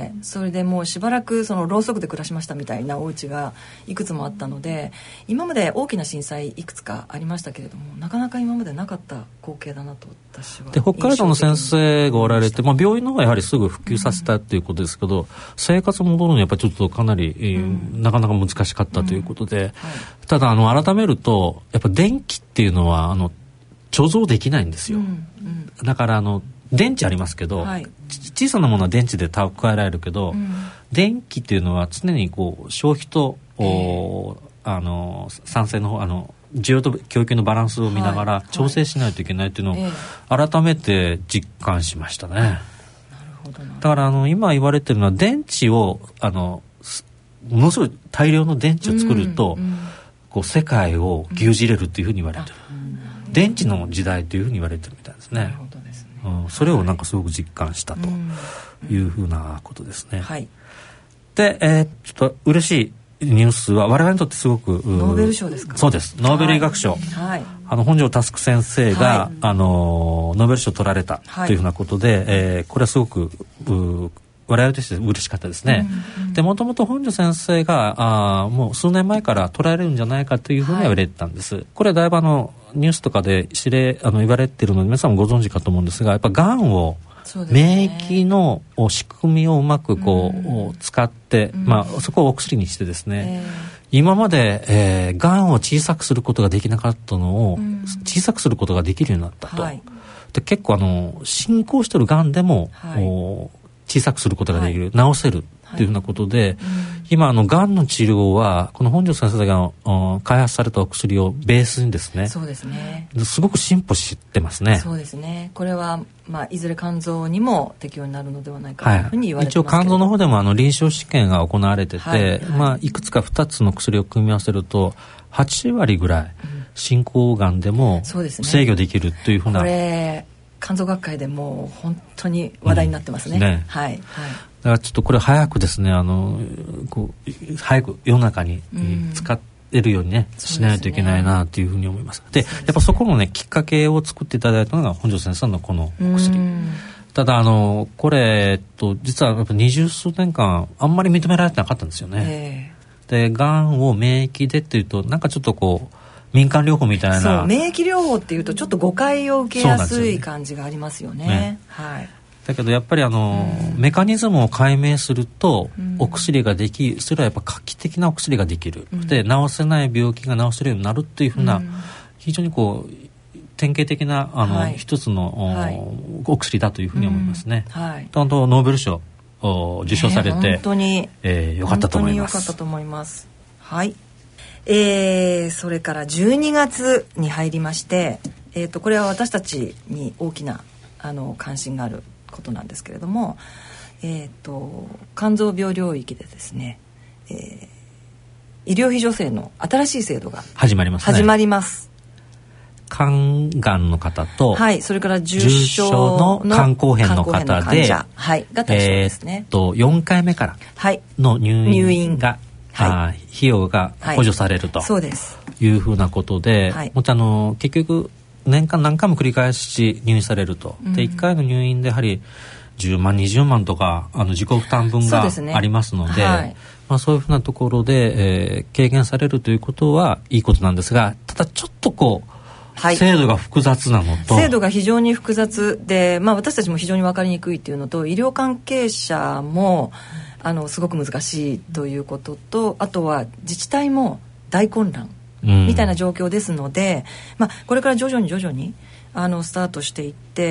うん、それでもうしばらくそのろうそくで暮らしましたみたいなお家がいくつもあったので、今まで大きな震災いくつかありましたけれども、なかなか今までなかった光景だなと私は。 で北海道の先生がおられて、まあ、病院の方はやはりすぐ復旧させたということですけど、うん、生活戻るのはやっぱりちょっとかなり、えーうん、なかなか難しかったということで、うんはい、ただあの改めるとやっぱ電気っていうのはあの貯蔵できないんですよ、うんうん、だからあの電池ありますけど、はい、小さなものは電池で蓄えられるけど、うん、電気っていうのは常にこう消費と、えー、あの産生の方あの需要と供給のバランスを見ながら調整しないといけないっていうのを改めて実感しましたね、はいはい、なるほどな。だからあの今言われてるのは電池をあのものすごい大量の電池を作ると、うんうん、こう世界を牛耳れるっていうふうに言われてる、うん、電池の時代というふうに言われてるみたいですね。なるほどですね。うん、それをなんかすごく実感したというふうなことですね、はい、で、えー、ちょっと嬉しいニュースは我々にとってすごくノーベル賞ですか。 そうです、ノーベル医学賞、はい、あの本庄佑先生が、はい、あのノーベル賞を取られたというふうなことで、はいえー、これはすごく我々として嬉しかったですね、うんうん、でもともと本庄先生があもう数年前から取られるんじゃないかというふうに言われてたんです、はい、これはだいぶあのニュースとかで知れあの言われているので皆さんもご存知かと思うんですが、やっぱがんを免疫の仕組みをうまくこう、うん、使って、うんまあ、そこをお薬にしてですね、えー、今まで、えー、がんを小さくすることができなかったのを、うん、小さくすることができるようになったと、はい、で結構あの進行しているがんでも、はい、小さくすることができる、はい、治せるというふうなことで、はいうん、今あのがんの治療はこの本庄先生が開発されたお薬をベースにですね、 そうですね、 すごく進歩してますね。 そうですね。これは、まあ、いずれ肝臓にも適用になるのではないかというふうに言われてますけど、 はい、一応肝臓の方でもあの臨床試験が行われてて、はいはいまあ、いくつかふたつの薬を組み合わせるとはちわりぐらい進行がんでも制御できるというふうな、 これ肝臓学会でもう本当に話題になってますね、うん、ねはい、はいだからちょっとこれ早くですねあのこう早く世の中に使えるようにね、うん、しないといけないなというふうに思います。で、やっぱそこのねきっかけを作っていただいたのが本庄先生のこのお薬、うん、ただあのこれ、えっと、実はやっぱ二十数年間あんまり認められてなかったんですよね、えー、でがんを免疫でっていうとなんかちょっとこう民間療法みたいな、 そう免疫療法っていうとちょっと誤解を受けやすい感じがありますよね、ねはいだけどやっぱりあの、うん、メカニズムを解明すると、うん、お薬ができそれはやっぱ画期的なお薬ができる、うん、で治せない病気が治せるようになるっていうふうな、うん、非常にこう典型的なあの、はい、一つの、はい、お薬だというふうに思いますね、うんはい、とノーベル賞を受賞されて、 えー、本当に、 えー、よかったと思います。 本当によかったと思います。はい、えー、それからじゅうにがつに入りまして、えーと、これは私たちに大きなあの関心があることなんですけれども、えーと、肝臓病領域でですね、えー、医療費助成の新しい制度が始まりますね。 始まります。 肝がんの方と、 はい、それから重症の肝硬変の方で、 はい、が対象ですね。 えー、とよんかいめからの入院が、はい、あ費用が補助されると、はい、そうですいうふうなことで、はい、もちあの結局年間何回も繰り返し入院されると、うん、でいっかいの入院でやはりじゅうまんにじゅうまんとかあの自己負担分がありますので、そうですね、はいまあ、そういうふうなところで、えー、軽減されるということはいいことなんですが、ただちょっとこう、はい、制度が複雑なのと制度が非常に複雑で、まあ、私たちも非常に分かりにくいというのと、医療関係者もあのすごく難しいということと、あとは自治体も大混乱みたいな状況ですので、うんまあ、これから徐々に徐々にあのスタートしていって、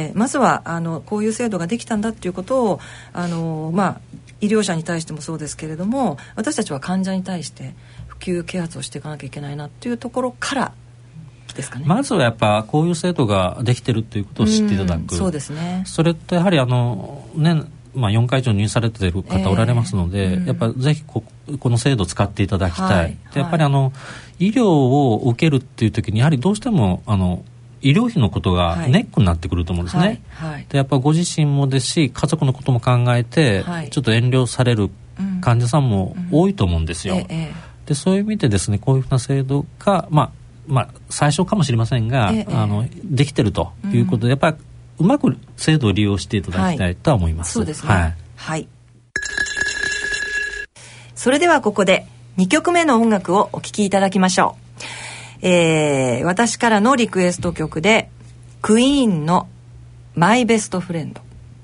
まずはあのこういう制度ができたんだっていうことをあの、まあ、医療者に対してもそうですけれども、私たちは患者に対して普及啓発をしていかなきゃいけないなっていうところからですかね。 まずはやっぱこういう制度ができてるということを知っていただく、 うん、そうですね。 それとやはりあのねまあ、よんかい以上入院されている方おられますので、えーうん、やっぱぜひ こ, この制度を使っていただきたい、はい、でやっぱりあの、はい、医療を受けるっていう時にやはりどうしてもあの医療費のことがネックになってくると思うんですね、はいはい、でやっぱご自身もですし家族のことも考えて、はい、ちょっと遠慮される患者さんも多いと思うんですよ、うんうんええでそういう意味でですね、こういうふうな制度が、まあまあ、最初かもしれませんが、ええ、あのできてるということで、うん、やっぱりうまく制度を利用していただきたいとは思います。 はい、そうですね。はい、はい、それではここでにきょくめの音楽をお聴きいただきましょう。えー、私からのリクエスト曲でクイーンのマイベストフレンド。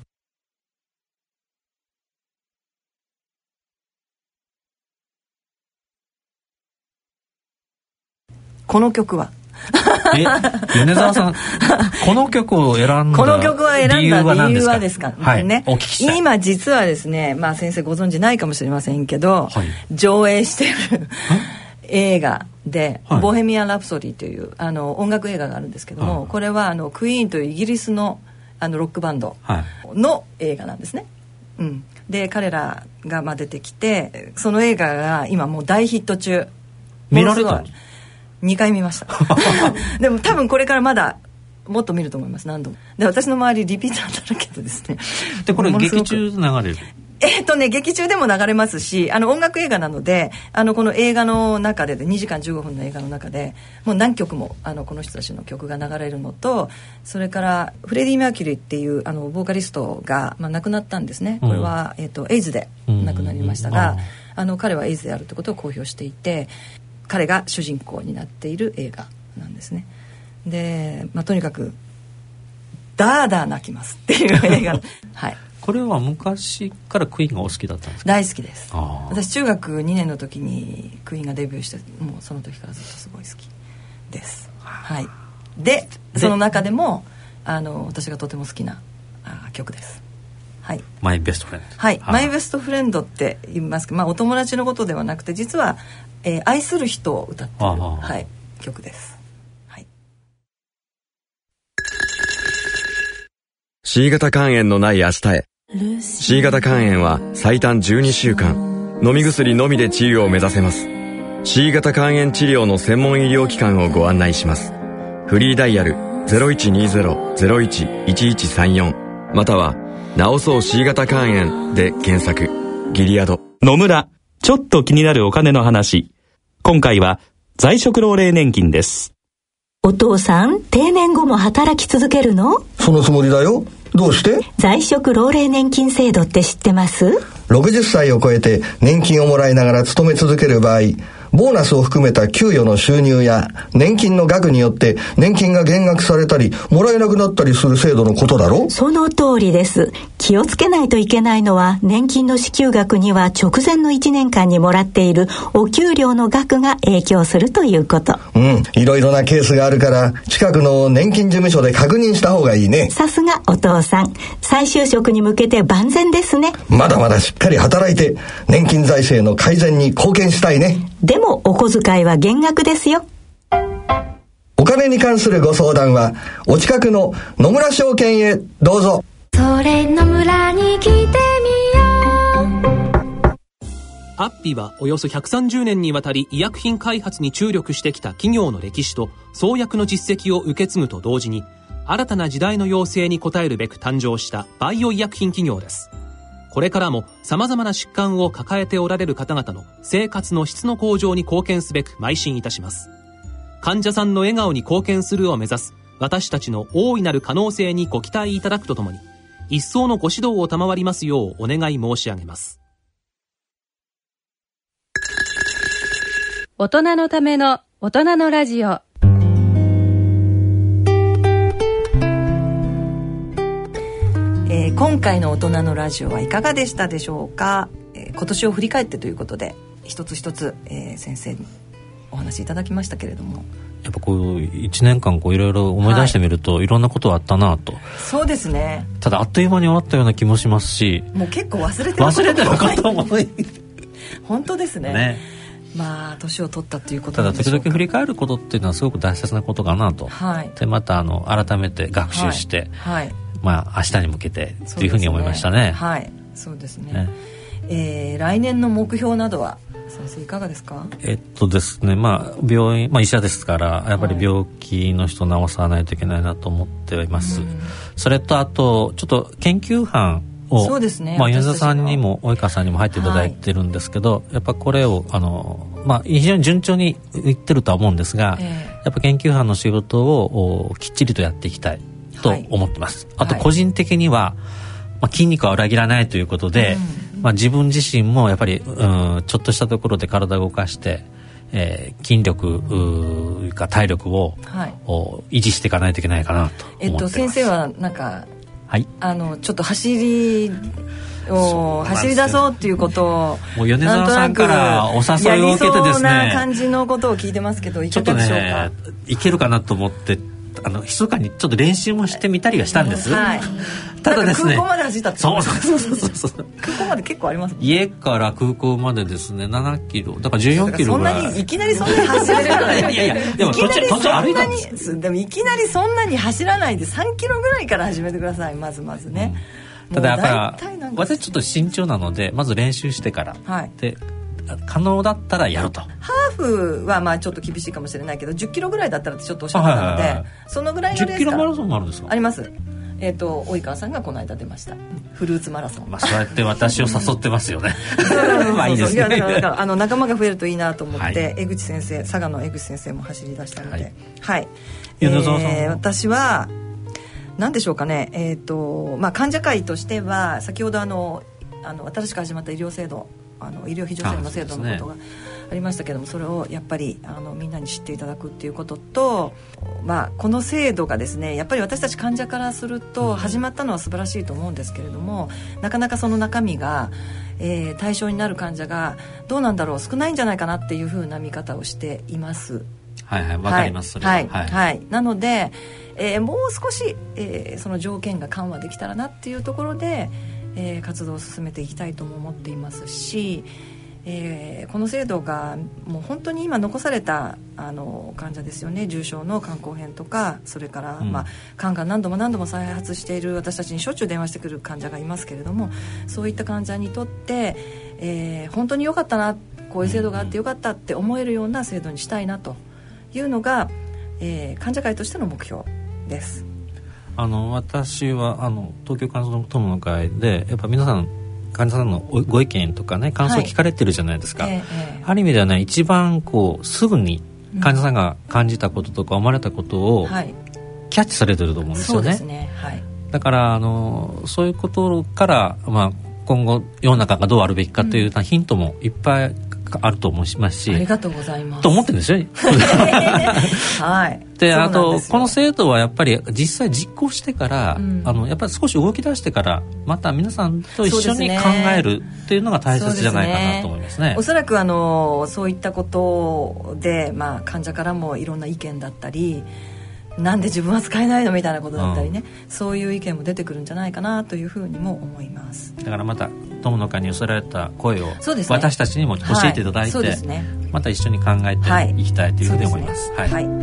この曲はえ、米沢さんこの曲を選んだこの曲を選んだ理由は何ですか？ 理由はですか、 はい、 ね、 お聞きしたい。 今実はですね、まあ先生ご存知ないかもしれませんけど、はい、上映している映画で、はい、ボヘミアン・ラプソディというあの音楽映画があるんですけども、はい、これはあのクイーンというイギリスのあのロックバンドの映画なんですね、うん、で彼らがまあ出てきて、その映画が今もう大ヒット中。 見られた？ にかい見ましたでも多分これからまだもっと見ると思います。何度も。で私の周りリピーターだらけでですね。 でこれ劇中流れる？ えっとね劇中でも流れますし、あの音楽映画なので、あのこの映画の中ででにじかんじゅうごふんの映画の中でもう何曲もあのこの人たちの曲が流れるのと、それからフレディ・マーキュリーっていうあのボーカリストが、まあ、亡くなったんですね。これは、うん、えっとエイズで亡くなりましたが、うん、ああの彼はエイズであるということを公表していて、彼が主人公になっている映画なんですね。で、まあ、とにかくダーダー泣きますっていう映画はい。 これは昔からクイーンがお好きだったんですか？ 大好きです。私中学にねんの時にクイーンがデビューして、もうその時からずっとすごい好きです。はい。でその中でもあの私がとても好きなあ曲です。はい、 マイベストフレンド。 はい、マイベストフレンドって言いますけど、まあ、お友達のことではなくて実は、えー、愛する人を歌っている、はい、曲です。はい、 シー 型肝炎のない明日へ。 シー 型肝炎は最短じゅうにしゅうかん、飲み薬のみで治癒を目指せます。 シー 型肝炎治療の専門医療機関をご案内します。フリーダイヤル ゼロいちにゼロ ゼロいち いちいちさんよん または治そう シー 型肝炎で検索。ギリアド。 野村、ちょっと気になるお金の話。今回は在職老齢年金です。 お父さん、定年後も働き続けるの？ そのつもりだよ。どうして？ 在職老齢年金制度って知ってます？ ろくじゅっさいを超えて年金をもらいながら勤め続ける場合、ボーナスを含めた給与の収入や年金の額によって年金が減額されたりもらえなくなったりする制度のことだろ？ その通りです。気をつけないといけないのは、年金の支給額には直前のいちねんかんにもらっているお給料の額が影響するということ。 うん、いろいろなケースがあるから近くの年金事務所で確認した方がいいね。 さすがお父さん、再就職に向けて万全ですね。 まだまだしっかり働いて年金財政の改善に貢献したいね。 でもお小遣いは減額ですよ。 お金に関するご相談はお近くの野村証券へどうぞ。 それ野村に来てみよう。 アッピはおよそひゃくさんじゅうねんにわたり医薬品開発に注力してきた企業の歴史と創薬の実績を受け継ぐと同時に、新たな時代の要請に応えるべく誕生したバイオ医薬品企業です。これからも様々な疾患を抱えておられる方々の生活の質の向上に貢献すべく邁進いたします。患者さんの笑顔に貢献するを目指す私たちの大いなる可能性にご期待いただくとともに、一層のご指導を賜りますようお願い申し上げます。 大人のための大人のラジオ。 えー、今回の大人のラジオはいかがでしたでしょうか。えー、今年を振り返ってということで一つ一つ、えー、先生にお話しいただきましたけれども、 やっぱこういちねんかんこういろいろ思い出してみると、はい、いろんなことあったなと。 そうですね。 ただあっという間に終わったような気もしますし、 もう結構忘れてる忘れてることも本当ですね。 ね、 まあ年を取ったということなんでしょうか。 ただ時々振り返ることっていうのはすごく大切なことかなと、 はい、 でまたあの改めて学習して、 はいはい、まあ明日に向けてというふうに思いましたね。 はい、そうですね。ね、えー、来年の目標などは先生いかがですか？ えっとですね、まあ病院、まあ医者ですからやっぱり病気の人を治さないといけないなと思っています。はい、それとあとちょっと研究班を、 そうですね、 まあ、米沢さんにも及川さんにも入っていただいてるんですけど、はい、やっぱこれをあの、まあ、非常に順調にいってるとは思うんですが、えー、やっぱ研究班の仕事をきっちりとやっていきたいと思ってます、はい、あと個人的には、まあ、筋肉は裏切らないということで、うんまあ、自分自身もやっぱり、うん、ちょっとしたところで体を動かして、えー、筋力か体力を、はい、維持していかないといけないかなと思ってます。えっと、 先生はなんか、はい、あのちょっと走りを走り出そうっていうことをもう米沢さんからお誘いを受けてですね、 やりそうな感じのことを聞いてますけど、いかがでしょうか。 ちょっとね、いけるかなと思ってあの密かにちょっと練習もしてみたりはしたんです、はい、 ただですね、空港まで走ったってそうそうそうそうそう空港まで結構あります、ね、 家から空港までですねななキロだからじゅうよんキロぐらい。 そんなにいきなりそんなに走れないいやいやでも途中途中歩いたんです。 でもいきなりそんなに走らないでさんキロぐらいから始めてください、まずまずね、 うん、ただやっぱり私ちょっと慎重なのでまず練習してから、はい、で可能だったらやると。 ハーフはまあちょっと厳しいかもしれないけどじゅっキロぐらいだったらってちょっとおっしゃってたので、はいはいはい、そのぐらいのレースじゅっキロマラソンもあるんですか。 あります。えーと、及川さんがこの間出ましたフルーツマラソン、 まあ、そうやって私を誘ってますよねまあいいですね。 いやだからあの仲間が増えるといいなと思って、はい、江口先生佐賀の江口先生も走り出したので、はい、はい、えー、私は何でしょうかね、えーとまあ、患者会としては先ほどあのあの新しく始まった医療制度あの医療非常制度の制度のことがありましたけども、それをやっぱりあのみんなに知っていただくっていうことと、まあ、この制度がですねやっぱり私たち患者からすると始まったのは素晴らしいと思うんですけれども、なかなかその中身が、えー、対象になる患者がどうなんだろう少ないんじゃないかなっていうふうな見方をしています。 はいはい、わかります、 はいはいはい、なので、えー、もう少し、えー、その条件が緩和できたらなっていうところでえー、活動を進めていきたいとも思っていますし、えー、この制度がもう本当に今残されたあの患者ですよね。重症の肝硬変とかそれから、うんまあ、肝が何度も何度も再発している私たちにしょっちゅう電話してくる患者がいますけれども、そういった患者にとって、えー、本当に良かったなこういう制度があって良かったって思えるような制度にしたいなというのが、えー、患者会としての目標です。 あの私はあの東京肝臓友の会でやっぱ皆さん患者さんのご意見とかね感想を聞かれてるじゃないですか、はいええ、ある意味ではね一番こうすぐに患者さんが感じたこととか思われたことをキャッチされてると思うんですよね、はい、そうですね、はい、だからあのそういうことから、まあ、今後世の中がどうあるべきかというようなヒントもいっぱいあると思いますし、 ありがとうございますと思ってるんですよはい。 で、あとこの制度はやっぱり実際実行してから、うん、あのやっぱり少し動き出してからまた皆さんと一緒に考えるっていうのが大切じゃないかなと思いますね。 ねおそらくあのそういったことで、まあ、患者からもいろんな意見だったりなんで自分は使えないのみたいなことだったりね、うん、そういう意見も出てくるんじゃないかなというふうにも思います。 だからまた友の会に寄せられた声を私たちにも教えていただいて、はいね、また一緒に考えていきたいというふうに思います。はい、はいはい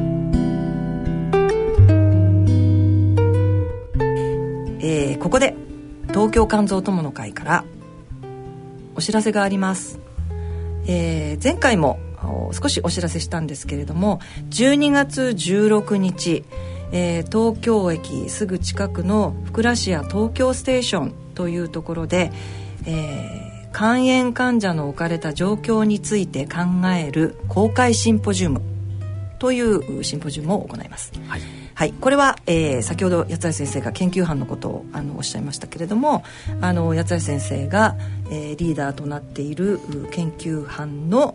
えー、ここで東京肝臓友の会からお知らせがあります。えー、前回も少しお知らせしたんですけれどもじゅうにがつじゅうろくにち、えー、東京駅すぐ近くのふくらしや東京ステーションというところで、えー、肝炎患者の置かれた状況について考える公開シンポジウムというシンポジウムを行います。はいはい、これは、えー、先ほど八谷先生が研究班のことをあのおっしゃいましたけれどもあの八谷先生が、えー、リーダーとなっている研究班の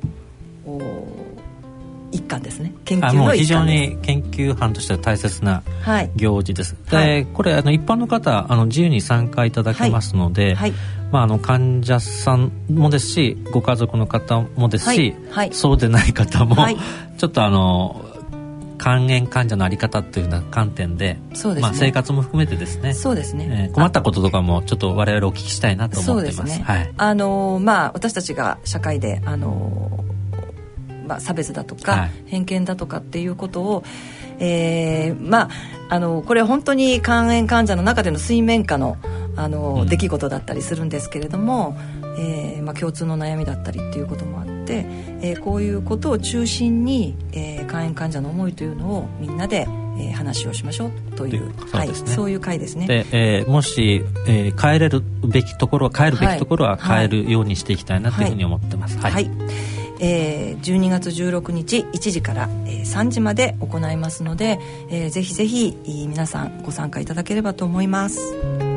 一環ですね。研究の一環です。 もう非常に研究班としては大切な行事です、はい、でこれあの一般の方あの自由に参加いただけますので、はいはいまあ、あの患者さんもですしご家族の方もですし、はいはい、そうでない方も、はい、ちょっとあの肝炎患者の在り方というような観点で、そうですねまあ、生活も含めてですね、 そうですね、 えー、困ったこととかもちょっと我々お聞きしたいなと思っています。そうですね、はいあのまあ、私たちが社会であの、まあ、差別だとか、はい、偏見だとかっていうことを、えーまあ、あのこれは本当に肝炎患者の中での水面下の、あの、うん、出来事だったりするんですけれども、えーまあ、共通の悩みだったりっていうこともあって、えー、こういうことを中心に、えー、肝炎患者の思いというのをみんなで、 えー、話をしましょうという、 そうですね、 はい、そういう回ですね。 で、えー、もし、えー、帰れるべきところは帰るべきところは帰るようにしていきたいなというふうに思ってます。 はい、はいはい、えー、じゅうにがつじゅうろくにちいちじから、えー、さんじまで行いますので、えー、ぜひぜひ皆さんご参加いただければと思います。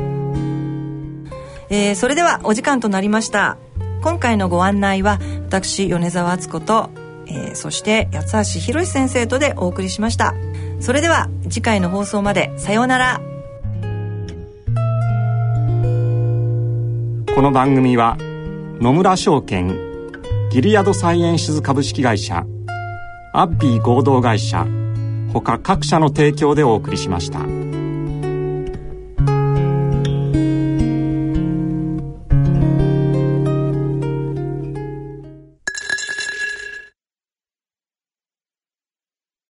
えー、それではお時間となりました。今回のご案内は私米沢敦子と、えー、そして八橋博先生とでお送りしました。それでは次回の放送までさようなら。 この番組は野村証券、ギリアドサイエンシズ株式会社、アッビー合同会社他各社の提供でお送りしました。